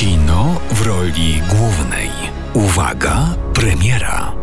Kino w roli głównej. Uwaga, premiera.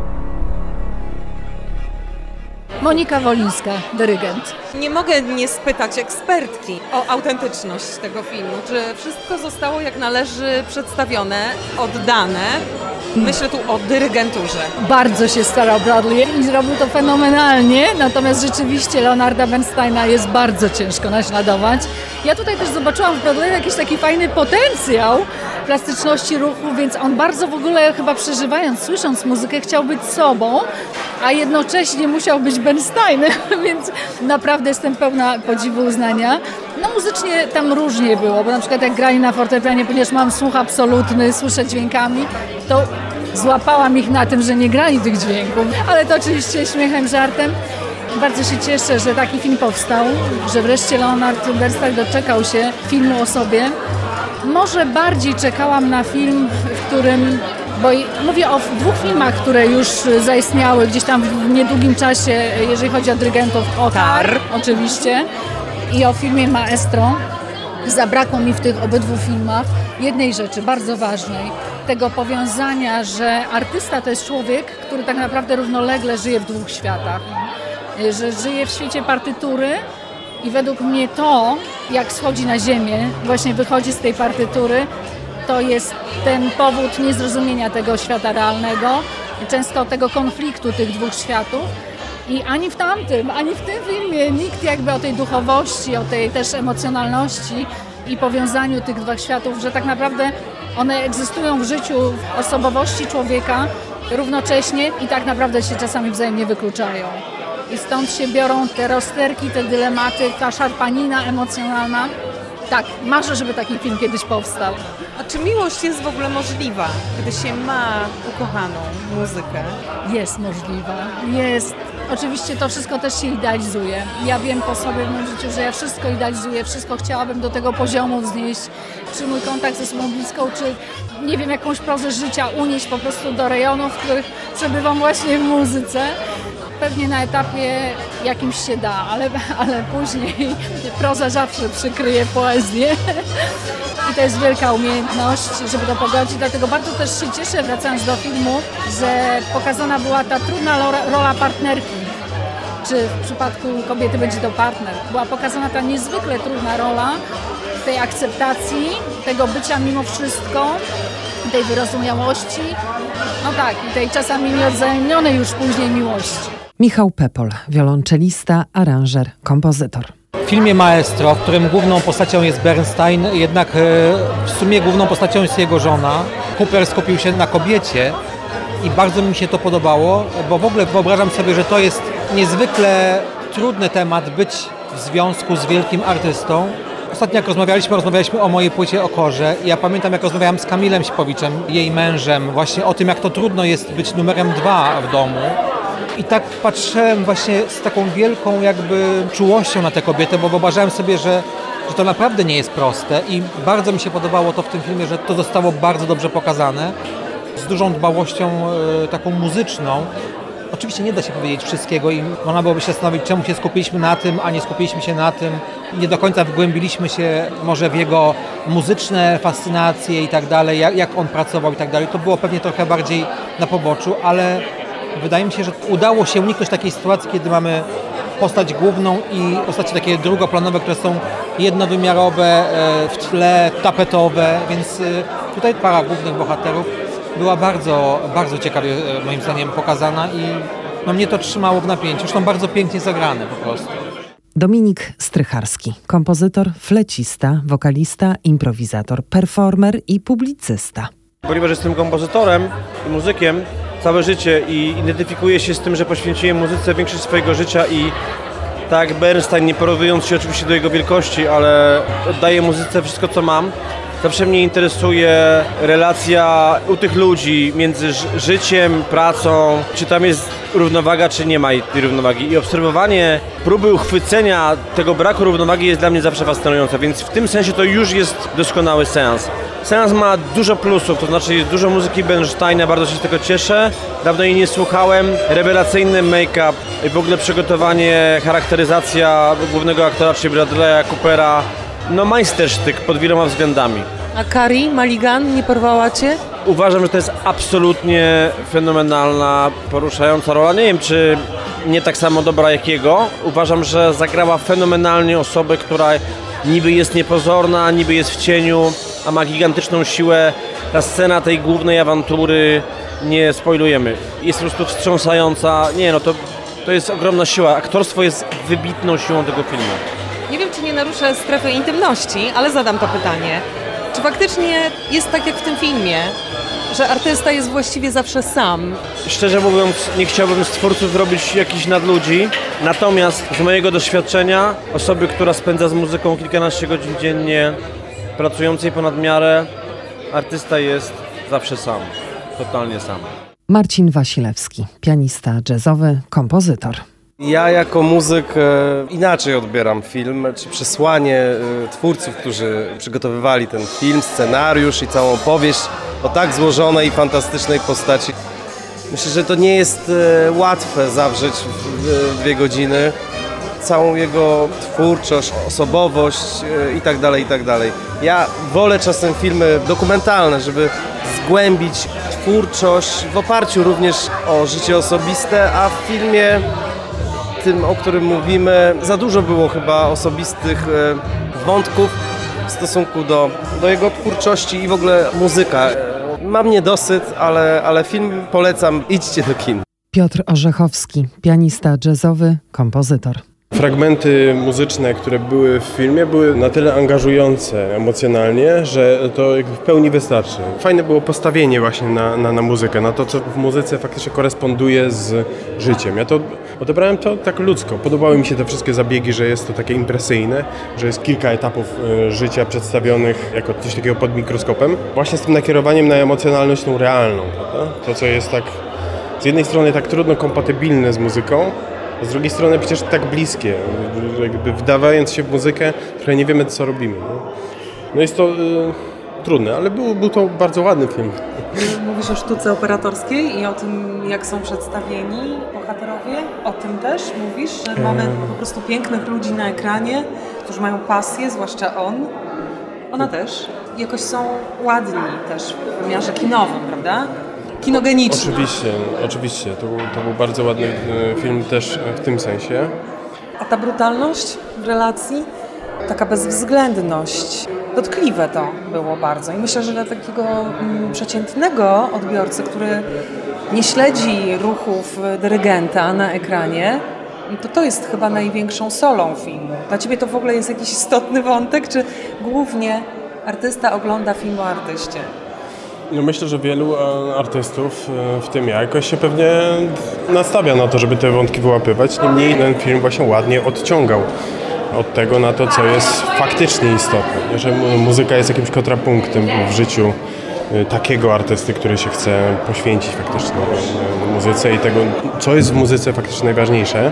Monika Wolińska, dyrygent. Nie mogę nie spytać ekspertki o autentyczność tego filmu. Czy wszystko zostało jak należy przedstawione, oddane? Myślę tu o dyrygenturze. Bardzo się starał Bradley i zrobił to fenomenalnie, natomiast rzeczywiście Leonarda Bernsteina jest bardzo ciężko naśladować. Ja tutaj też zobaczyłam w Bradley jakiś taki fajny potencjał plastyczności ruchu, więc on bardzo w ogóle chyba przeżywając, słysząc muzykę chciał być sobą, a jednocześnie musiał być Bernsteinem, więc naprawdę jestem pełna podziwu, uznania. No muzycznie tam różnie było, bo na przykład jak grali na fortepianie, ponieważ mam słuch absolutny, słyszę dźwiękami, to złapałam ich na tym, że nie grali tych dźwięków, ale to oczywiście śmiechem, żartem. Bardzo się cieszę, że taki film powstał, że wreszcie Leonard Bernstein doczekał się filmu o sobie. Może bardziej czekałam na film, w którym, bo mówię o dwóch filmach, które już zaistniały gdzieś tam w niedługim czasie, jeżeli chodzi o dyrygentów, o Tar oczywiście i o filmie Maestro. Zabrakło mi w tych obydwu filmach jednej rzeczy bardzo ważnej, tego powiązania, że artysta to jest człowiek, który tak naprawdę równolegle żyje w dwóch światach, że żyje w świecie partytury i według mnie to, jak schodzi na ziemię, właśnie wychodzi z tej partytury, to jest ten powód niezrozumienia tego świata realnego, często tego konfliktu tych dwóch światów. I ani w tamtym, ani w tym filmie nikt jakby o tej duchowości, o tej też emocjonalności i powiązaniu tych dwóch światów, że tak naprawdę one egzystują w życiu, w osobowości człowieka równocześnie i tak naprawdę się czasami wzajemnie wykluczają. I stąd się biorą te rozterki, te dylematy, ta szarpanina emocjonalna. Tak, marzę, żeby taki film kiedyś powstał. A czy miłość jest w ogóle możliwa, gdy się ma ukochaną muzykę? Jest możliwa, jest. Oczywiście to wszystko też się idealizuje. Ja wiem po sobie w moim życiu, że ja wszystko idealizuję, wszystko chciałabym do tego poziomu wznieść, czy mój kontakt ze sobą bliską, czy nie wiem, jakąś prozę życia unieść po prostu do rejonów, w których przebywam właśnie w muzyce. Pewnie na etapie jakimś się da, ale później proza zawsze przykryje poezję. I to jest wielka umiejętność, żeby to pogodzić. Dlatego bardzo też się cieszę, wracając do filmu, że pokazana była ta trudna rola partnerki. Czy w przypadku kobiety będzie to partner. Była pokazana ta niezwykle trudna rola tej akceptacji, tego bycia mimo wszystko, tej wyrozumiałości, no tak, i tej czasami nieodwzajemnionej już później miłości. Michał Pepol, wiolonczelista, aranżer, kompozytor. W filmie Maestro, w którym główną postacią jest Bernstein, jednak w sumie główną postacią jest jego żona. Cooper skupił się na kobiecie i bardzo mi się to podobało, bo w ogóle wyobrażam sobie, że to jest niezwykle trudny temat być w związku z wielkim artystą. Ostatnio jak rozmawialiśmy o mojej płycie o Korze. Ja pamiętam, jak rozmawiałem z Kamilem Sipowiczem, jej mężem, właśnie o tym, jak to trudno jest być numerem 2 w domu. I tak patrzyłem właśnie z taką wielką jakby czułością na tę kobietę, bo wyobrażałem sobie, że to naprawdę nie jest proste i bardzo mi się podobało to w tym filmie, że to zostało bardzo dobrze pokazane, z dużą dbałością taką muzyczną. Oczywiście nie da się powiedzieć wszystkiego i można byłoby się zastanowić, czemu się skupiliśmy na tym, a nie skupiliśmy się na tym. Nie do końca wgłębiliśmy się może w jego muzyczne fascynacje i tak dalej, jak on pracował i tak dalej. To było pewnie trochę bardziej na poboczu, ale wydaje mi się, że udało się uniknąć takiej sytuacji, kiedy mamy postać główną i postacie takie drugoplanowe, które są jednowymiarowe, w tle tapetowe, więc tutaj para głównych bohaterów była bardzo, bardzo ciekawie moim zdaniem pokazana i mnie to trzymało w napięciu. Zresztą bardzo pięknie zagrane po prostu. Dominik Strycharski, kompozytor, flecista, wokalista, improwizator, performer i publicysta. Ponieważ jestem kompozytorem i muzykiem całe życie i identyfikuję się z tym, że poświęciłem muzyce większość swojego życia i tak jak Bernstein, nie porównując się oczywiście do jego wielkości, ale oddaję muzyce wszystko co mam. Zawsze mnie interesuje relacja u tych ludzi między życiem, pracą, czy tam jest równowaga, czy nie ma tej równowagi. I obserwowanie próby uchwycenia tego braku równowagi jest dla mnie zawsze fascynujące, więc w tym sensie to już jest doskonały seans. Seans ma dużo plusów, to znaczy jest dużo muzyki Bernsteina, bardzo się z tego cieszę. Dawno jej nie słuchałem. Rewelacyjny make-up, w ogóle przygotowanie, charakteryzacja głównego aktora, czyli Bradley'a Coopera. no majstersztyk pod wieloma względami. A Carey Mulligan nie porwała cię? Uważam, że to jest absolutnie fenomenalna, poruszająca rola. Nie wiem, czy nie tak samo dobra jak jego. Uważam, że zagrała fenomenalnie osobę, która niby jest niepozorna, niby jest w cieniu, a ma gigantyczną siłę. Ta scena tej głównej awantury, nie spoilujemy, jest po prostu wstrząsająca. Nie no, to jest ogromna siła. Aktorstwo jest wybitną siłą tego filmu. Nie wiem, czy nie naruszę strefy intymności, ale zadam to pytanie. Czy faktycznie jest tak jak w tym filmie, że artysta jest właściwie zawsze sam? Szczerze mówiąc, nie chciałbym z twórców robić jakichś nadludzi, natomiast z mojego doświadczenia, osoby, która spędza z muzyką kilkanaście godzin dziennie, pracującej ponad miarę, artysta jest zawsze sam, totalnie sam. Marcin Wasilewski, pianista jazzowy, kompozytor. Ja jako muzyk inaczej odbieram film, czy przesłanie twórców, którzy przygotowywali ten film, scenariusz i całą opowieść o tak złożonej i fantastycznej postaci. Myślę, że to nie jest łatwe zawrzeć w 2 godziny. Całą jego twórczość, osobowość i tak dalej. Ja wolę czasem filmy dokumentalne, żeby zgłębić twórczość w oparciu również o życie osobiste, a w filmie tym, o którym mówimy, za dużo było chyba osobistych wątków w stosunku do jego twórczości i w ogóle muzyka. Mam niedosyt, ale film polecam, idźcie do kin. Piotr Orzechowski, pianista jazzowy, kompozytor. Fragmenty muzyczne, które były w filmie, były na tyle angażujące emocjonalnie, że to jakby w pełni wystarczy. Fajne było postawienie właśnie na muzykę, na to, co w muzyce faktycznie koresponduje z życiem. Ja to odebrałem to tak ludzko. Podobały mi się te wszystkie zabiegi, że jest to takie impresyjne, że jest kilka etapów życia przedstawionych jako coś takiego pod mikroskopem. Właśnie z tym nakierowaniem na emocjonalność tą realną, prawda? To, co jest tak z jednej strony tak trudno kompatybilne z muzyką, z drugiej strony przecież tak bliskie, jakby wdawając się w muzykę, trochę nie wiemy, co robimy. No jest to trudne, ale był to bardzo ładny film. Mówisz o sztuce operatorskiej i o tym, jak są przedstawieni bohaterowie? O tym też mówisz, że mamy po prostu pięknych ludzi na ekranie, którzy mają pasję, zwłaszcza on. Ona też. Jakoś są ładni też w wymiarze kinowym, prawda? Kinogeniczny. Oczywiście. To był bardzo ładny film też w tym sensie. A ta brutalność w relacji, taka bezwzględność, dotkliwe to było bardzo. I myślę, że dla takiego przeciętnego odbiorcy, który nie śledzi ruchów dyrygenta na ekranie, to jest chyba największą solą filmu. Dla ciebie to w ogóle jest jakiś istotny wątek, czy głównie artysta ogląda film o artyście? No myślę, że wielu artystów, w tym ja, jakoś się pewnie nastawia na to, żeby te wątki wyłapywać. Niemniej ten film właśnie ładnie odciągał od tego na to, co jest faktycznie istotne. Że muzyka jest jakimś kontrapunktem w życiu takiego artysty, który się chce poświęcić faktycznie muzyce i tego, co jest w muzyce faktycznie najważniejsze.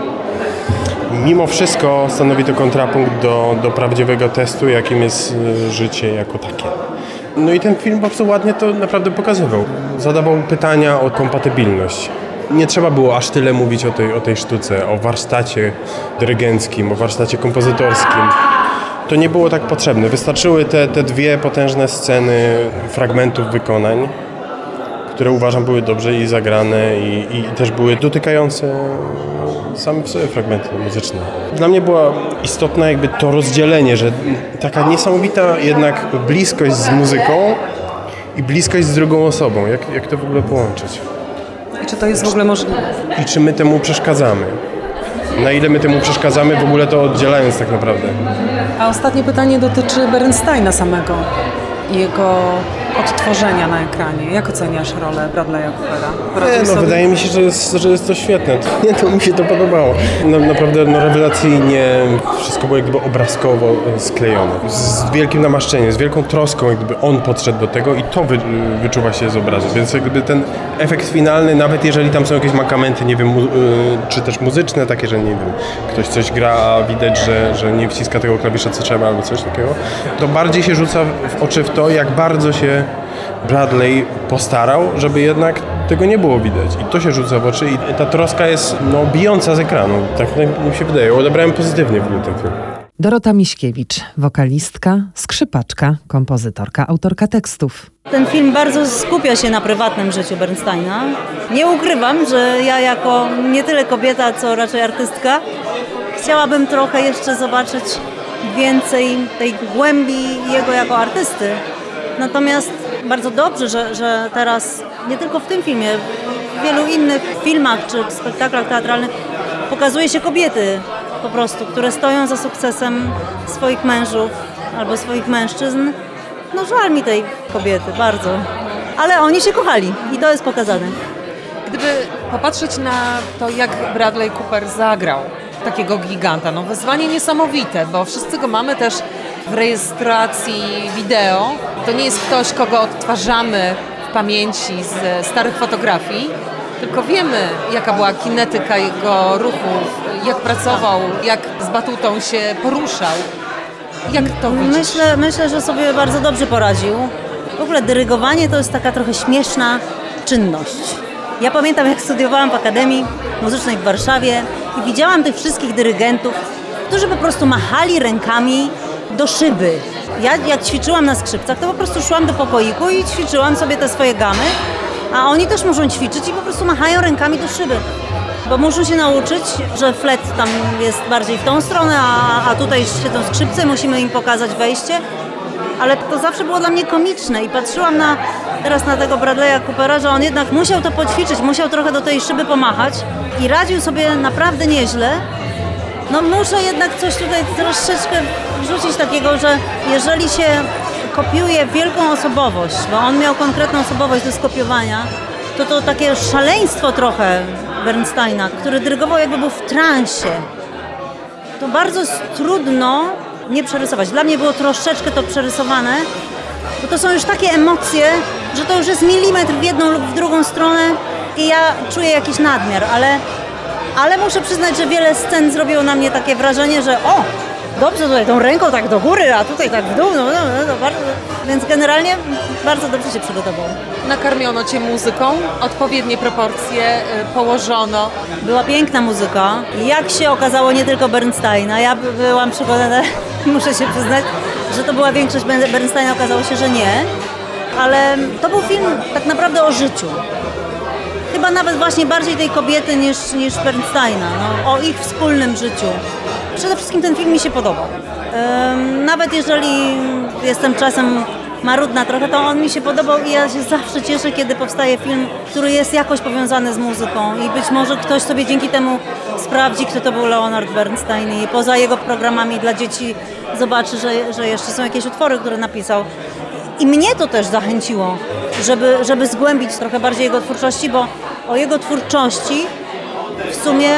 Mimo wszystko stanowi to kontrapunkt do prawdziwego testu, jakim jest życie jako takie. No i ten film bardzo ładnie to naprawdę pokazywał. Zadawał pytania o kompatybilność. Nie trzeba było aż tyle mówić o tej sztuce, o warsztacie dyrygenckim, o warsztacie kompozytorskim. To nie było tak potrzebne. Wystarczyły te 2 potężne sceny fragmentów wykonań, które uważam były dobrze i zagrane i też były dotykające same w sobie fragmenty muzyczne. Dla mnie była istotna jakby to rozdzielenie, że taka niesamowita jednak bliskość z muzyką i bliskość z drugą osobą. Jak to w ogóle połączyć? I czy to jest w ogóle możliwe? I czy my temu przeszkadzamy? Na ile my temu przeszkadzamy, w ogóle to oddzielając tak naprawdę? A ostatnie pytanie dotyczy Bernsteina samego i jego odtworzenia na ekranie. Jak oceniasz rolę Bradley'a Coopera? Wydaje mi się, że jest to świetne. To mi się to podobało. Naprawdę rewelacyjnie wszystko było jakby obrazkowo sklejone. Z wielkim namaszczeniem, z wielką troską jakby on podszedł do tego i to wyczuwa się z obrazu. Więc jakby ten efekt finalny, nawet jeżeli tam są jakieś mankamenty, nie wiem, czy też muzyczne, takie, że nie wiem, ktoś coś gra, a widać, że nie wciska tego klawisza co trzeba albo coś takiego, to bardziej się rzuca w oczy w to, jak bardzo się Bradley postarał, żeby jednak tego nie było widać. I to się rzuca w oczy i ta troska jest bijąca z ekranu. Tak mi się wydaje. Odebrałem pozytywnie w ogóle ten film. Dorota Miśkiewicz, wokalistka, skrzypaczka, kompozytorka, autorka tekstów. Ten film bardzo skupia się na prywatnym życiu Bernsteina. Nie ukrywam, że ja jako nie tyle kobieta, co raczej artystka, chciałabym trochę jeszcze zobaczyć więcej tej głębi jego jako artysty. Natomiast bardzo dobrze, że teraz nie tylko w tym filmie, w wielu innych filmach czy spektaklach teatralnych pokazuje się kobiety po prostu, które stoją za sukcesem swoich mężów albo swoich mężczyzn. No żal mi tej kobiety, bardzo. Ale oni się kochali i to jest pokazane. Gdyby popatrzeć na to, jak Bradley Cooper zagrał takiego giganta, no wyzwanie niesamowite, bo wszyscy go mamy też w rejestracji wideo. To nie jest ktoś, kogo odtwarzamy w pamięci z starych fotografii, tylko wiemy, jaka była kinetyka jego ruchów, jak pracował, jak z batutą się poruszał. Jak to widzisz? Myślę, że sobie bardzo dobrze poradził. W ogóle dyrygowanie to jest taka trochę śmieszna czynność. Ja pamiętam, jak studiowałam w Akademii Muzycznej w Warszawie i widziałam tych wszystkich dyrygentów, którzy po prostu machali rękami do szyby. Ja jak ćwiczyłam na skrzypcach, to po prostu szłam do pokoiku i ćwiczyłam sobie te swoje gamy, a oni też muszą ćwiczyć i po prostu machają rękami do szyby. Bo muszą się nauczyć, że flet tam jest bardziej w tą stronę, a tutaj siedzą skrzypce, musimy im pokazać wejście. Ale to zawsze było dla mnie komiczne i patrzyłam teraz na tego Bradley'a Coopera, że on jednak musiał to poćwiczyć, musiał trochę do tej szyby pomachać i radził sobie naprawdę nieźle. No muszę jednak coś tutaj troszeczkę wrzucić takiego, że jeżeli się kopiuje wielką osobowość, bo on miał konkretną osobowość do skopiowania, to takie szaleństwo trochę Bernsteina, który dyrygował jakby był w transie. To bardzo trudno nie przerysować. Dla mnie było troszeczkę to przerysowane, bo to są już takie emocje, że to już jest milimetr w jedną lub w drugą stronę i ja czuję jakiś nadmiar, ale muszę przyznać, że wiele scen zrobiło na mnie takie wrażenie, że dobrze tutaj tą ręką tak do góry, a tutaj tak w dół, no bardzo, więc generalnie bardzo dobrze się przygotował. Nakarmiono cię muzyką, odpowiednie proporcje położono. Była piękna muzyka. Jak się okazało, nie tylko Bernsteina. Ja byłam przekonana, muszę się przyznać, że to była większość Bernsteina, okazało się, że nie. Ale to był film tak naprawdę o życiu. Chyba nawet właśnie bardziej tej kobiety niż Bernsteina, no, o ich wspólnym życiu. Przede wszystkim ten film mi się podobał. Nawet jeżeli jestem czasem marudna trochę, to on mi się podobał i ja się zawsze cieszę, kiedy powstaje film, który jest jakoś powiązany z muzyką i być może ktoś sobie dzięki temu sprawdzi, kto to był Leonard Bernstein i poza jego programami dla dzieci zobaczy, że jeszcze są jakieś utwory, które napisał. I mnie to też zachęciło, żeby zgłębić trochę bardziej jego twórczości, bo o jego twórczości w sumie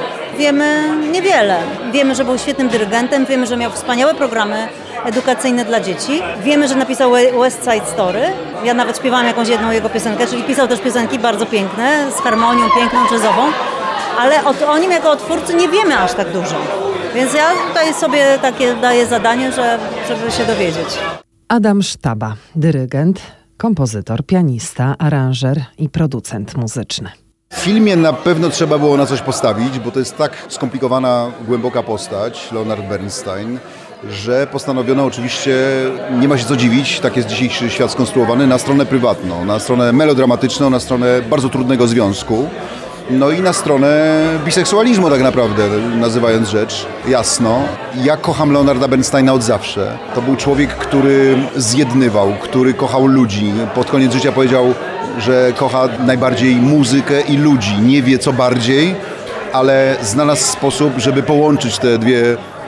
wiemy niewiele. Wiemy, że był świetnym dyrygentem, wiemy, że miał wspaniałe programy edukacyjne dla dzieci. Wiemy, że napisał West Side Story. Ja nawet śpiewałam jakąś jedną jego piosenkę, czyli pisał też piosenki bardzo piękne, z harmonią piękną, jazzową, ale o nim jako o twórcy nie wiemy aż tak dużo. Więc ja tutaj sobie takie daję zadanie, żeby się dowiedzieć. Adam Sztaba, dyrygent, kompozytor, pianista, aranżer i producent muzyczny. W filmie na pewno trzeba było na coś postawić, bo to jest tak skomplikowana, głęboka postać, Leonard Bernstein, że postanowiono oczywiście, nie ma się co dziwić, tak jest dzisiejszy świat skonstruowany, na stronę prywatną, na stronę melodramatyczną, na stronę bardzo trudnego związku, no i na stronę biseksualizmu tak naprawdę, nazywając rzecz jasno. Ja kocham Leonarda Bernsteina od zawsze. To był człowiek, który zjednywał, który kochał ludzi. Pod koniec życia powiedział, że kocha najbardziej muzykę i ludzi. Nie wie co bardziej, ale znalazł sposób, żeby połączyć te dwie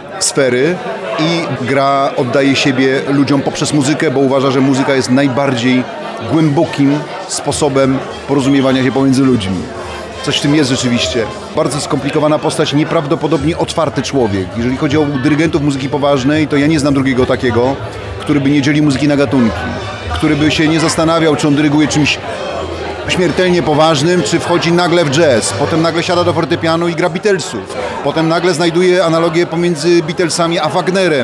sfery i oddaje siebie ludziom poprzez muzykę, bo uważa, że muzyka jest najbardziej głębokim sposobem porozumiewania się pomiędzy ludźmi. Coś w tym jest rzeczywiście. Bardzo skomplikowana postać, nieprawdopodobnie otwarty człowiek. Jeżeli chodzi o dyrygentów muzyki poważnej, to ja nie znam drugiego takiego, który by nie dzielił muzyki na gatunki, który by się nie zastanawiał, czy on dyryguje czymś śmiertelnie poważnym, czy wchodzi nagle w jazz, potem nagle siada do fortepianu i gra Beatlesów, potem nagle znajduje analogię pomiędzy Beatlesami a Wagnerem.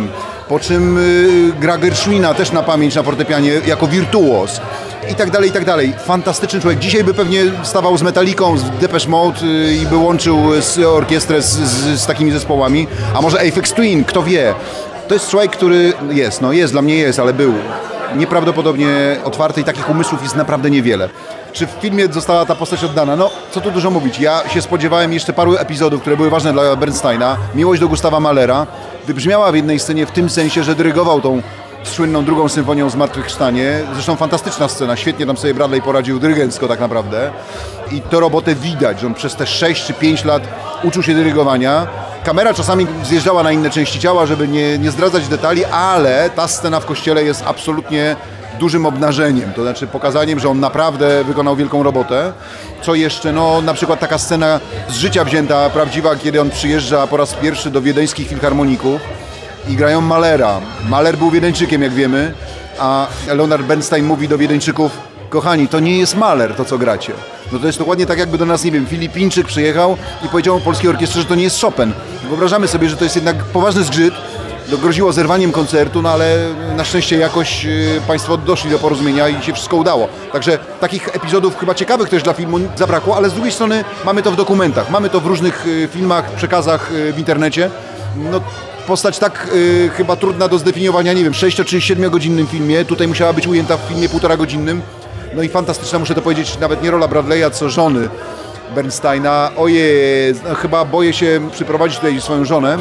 po czym gra Gershwina też na pamięć na fortepianie jako wirtuoz. I tak dalej, i tak dalej. Fantastyczny człowiek. Dzisiaj by pewnie stawał z Metallicą, z Depeche Mode i by łączył orkiestrę z takimi zespołami. A może Aphex Twin, kto wie. To jest człowiek, który jest, dla mnie jest, ale był nieprawdopodobnie otwarty i takich umysłów jest naprawdę niewiele. Czy w filmie została ta postać oddana? No, co tu dużo mówić. Ja się spodziewałem jeszcze paru epizodów, które były ważne dla Bernsteina. Miłość do Gustawa Mahlera wybrzmiała w jednej scenie w tym sensie, że dyrygował tą słynną drugą symfonią Zmartwychwstanie. Zresztą fantastyczna scena, świetnie tam sobie Bradley poradził dyrygencko tak naprawdę. I tę robotę widać, że on przez te 6 czy 5 lat uczył się dyrygowania. Kamera czasami zjeżdżała na inne części ciała, żeby nie zdradzać detali, ale ta scena w kościele jest absolutnie dużym obnażeniem, to znaczy pokazaniem, że on naprawdę wykonał wielką robotę. Co jeszcze, no na przykład taka scena z życia wzięta, prawdziwa, kiedy on przyjeżdża po raz pierwszy do wiedeńskich filharmoników i grają Mahlera. Mahler był Wiedeńczykiem, jak wiemy, a Leonard Bernstein mówi do Wiedeńczyków: kochani, to nie jest Mahler, to co gracie. No to jest dokładnie tak, jakby do nas, nie wiem, Filipińczyk przyjechał i powiedział polskiej orkiestrze, że to nie jest Chopin. Wyobrażamy sobie, że to jest jednak poważny zgrzyt, groziło zerwaniem koncertu, no ale na szczęście jakoś Państwo doszli do porozumienia i się wszystko udało. Także takich epizodów chyba ciekawych też dla filmu zabrakło, ale z drugiej strony mamy to w dokumentach, mamy to w różnych filmach, przekazach w internecie. No, postać tak chyba trudna do zdefiniowania, nie wiem, 6 czy 7-godzinnym filmie, tutaj musiała być ujęta w filmie 1,5-godzinnym. No i fantastyczna, muszę to powiedzieć, nawet nie rola Bradley'a, co żony Bernsteina. Ojej, no, chyba boję się przyprowadzić tutaj swoją żonę,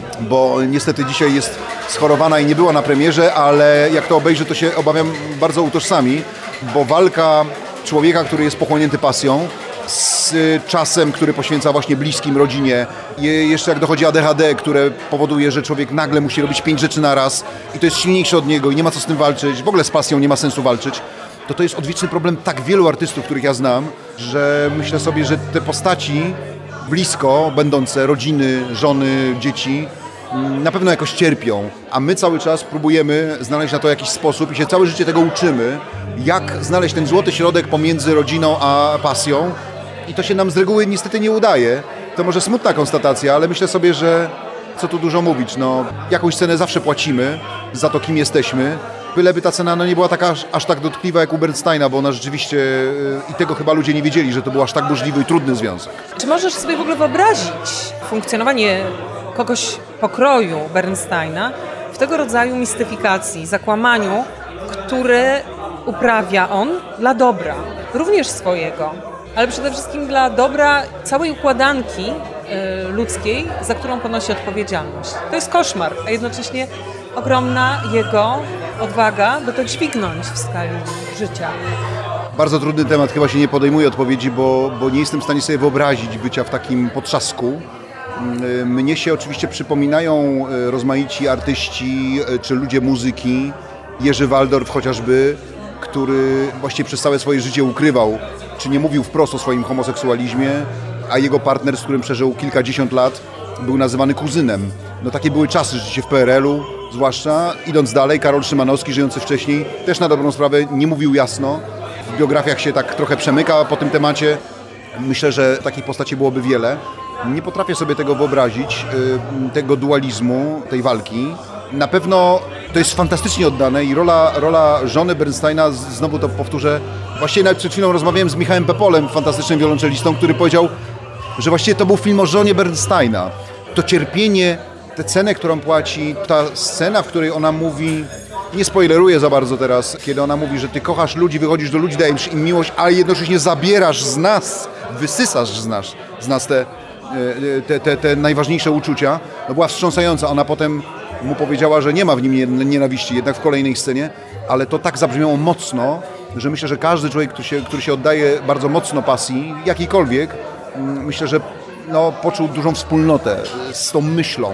bo niestety dzisiaj jest schorowana i nie była na premierze, ale jak to obejrzy, to się obawiam bardzo utożsami, bo walka człowieka, który jest pochłonięty pasją, z czasem, który poświęca właśnie bliskim, rodzinie. Jeszcze jak dochodzi ADHD, które powoduje, że człowiek nagle musi robić 5 rzeczy na raz i to jest silniejsze od niego i nie ma co z tym walczyć, w ogóle z pasją nie ma sensu walczyć, to jest odwieczny problem tak wielu artystów, których ja znam, że myślę sobie, że te postaci blisko będące, rodziny, żony, dzieci, na pewno jakoś cierpią, a my cały czas próbujemy znaleźć na to jakiś sposób i się całe życie tego uczymy, jak znaleźć ten złoty środek pomiędzy rodziną a pasją i to się nam z reguły niestety nie udaje. To może smutna konstatacja, ale myślę sobie, że co tu dużo mówić, no jakąś cenę zawsze płacimy za to, kim jesteśmy, byleby ta cena nie była taka aż tak dotkliwa jak u Bernsteina, bo ona rzeczywiście, i tego chyba ludzie nie wiedzieli, że to był aż tak burzliwy i trudny związek. Czy możesz sobie w ogóle wyobrazić funkcjonowanie kogoś pokroju Bernsteina w tego rodzaju mistyfikacji, zakłamaniu, które uprawia on dla dobra, również swojego, ale przede wszystkim dla dobra całej układanki ludzkiej, za którą ponosi odpowiedzialność. To jest koszmar, a jednocześnie ogromna jego odwaga, by to dźwignąć w skali życia. Bardzo trudny temat, chyba się nie podejmuje odpowiedzi, bo nie jestem w stanie sobie wyobrazić bycia w takim potrzasku. Mnie się oczywiście przypominają rozmaici artyści czy ludzie muzyki, Jerzy Waldorf chociażby, który właściwie przez całe swoje życie ukrywał, czy nie mówił wprost o swoim homoseksualizmie, a jego partner, z którym przeżył kilkadziesiąt lat, był nazywany kuzynem. No takie były czasy życie w PRL-u, zwłaszcza. Idąc dalej, Karol Szymanowski, żyjący wcześniej, też na dobrą sprawę nie mówił jasno. W biografiach się tak trochę przemyka po tym temacie. Myślę, że takich postaci byłoby wiele. Nie potrafię sobie tego wyobrazić, tego dualizmu, tej walki. Na pewno to jest fantastycznie oddane i rola żony Bernsteina, znowu to powtórzę, właściwie nawet przed chwilą rozmawiałem z Michałem Pepolem, fantastycznym wiolonczelistą, który powiedział, że właściwie to był film o żonie Bernsteina. To cierpienie, tę cenę, którą płaci, ta scena, w której ona mówi, nie spoileruję za bardzo teraz, kiedy ona mówi, że ty kochasz ludzi, wychodzisz do ludzi, dajesz im miłość, ale jednocześnie zabierasz z nas, wysysasz z nas te najważniejsze uczucia, no była wstrząsająca. Ona potem mu powiedziała, że nie ma w nim nienawiści, jednak w kolejnej scenie, ale to tak zabrzmiało mocno, że myślę, że każdy człowiek, który się oddaje bardzo mocno pasji, jakiejkolwiek, myślę, że poczuł dużą wspólnotę z tą myślą.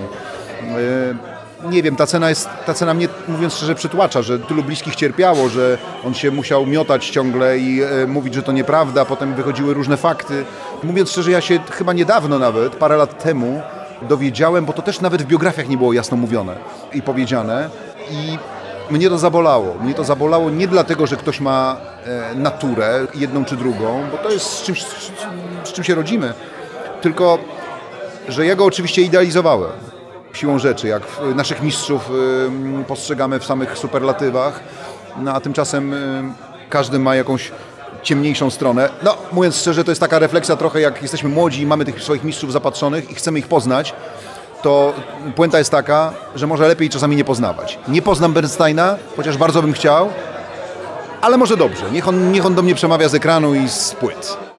Nie wiem, ta cena mnie, mówiąc szczerze, przytłacza, że tylu bliskich cierpiało, że on się musiał miotać ciągle i mówić, że to nieprawda, potem wychodziły różne fakty. Mówiąc szczerze, ja się chyba niedawno nawet, parę lat temu, dowiedziałem, bo to też nawet w biografiach nie było jasno mówione i powiedziane i mnie to zabolało. Mnie to zabolało nie dlatego, że ktoś ma naturę, jedną czy drugą, bo to jest z czym się rodzimy, tylko że ja go oczywiście idealizowałem. siłą rzeczy, jak naszych mistrzów postrzegamy w samych superlatywach, no a tymczasem każdy ma jakąś ciemniejszą stronę. No, mówiąc szczerze, to jest taka refleksja trochę, jak jesteśmy młodzi i mamy tych swoich mistrzów zapatrzonych i chcemy ich poznać, to puenta jest taka, że może lepiej czasami nie poznawać. Nie poznam Bernsteina, chociaż bardzo bym chciał, ale może dobrze. Niech on do mnie przemawia z ekranu i z płyt.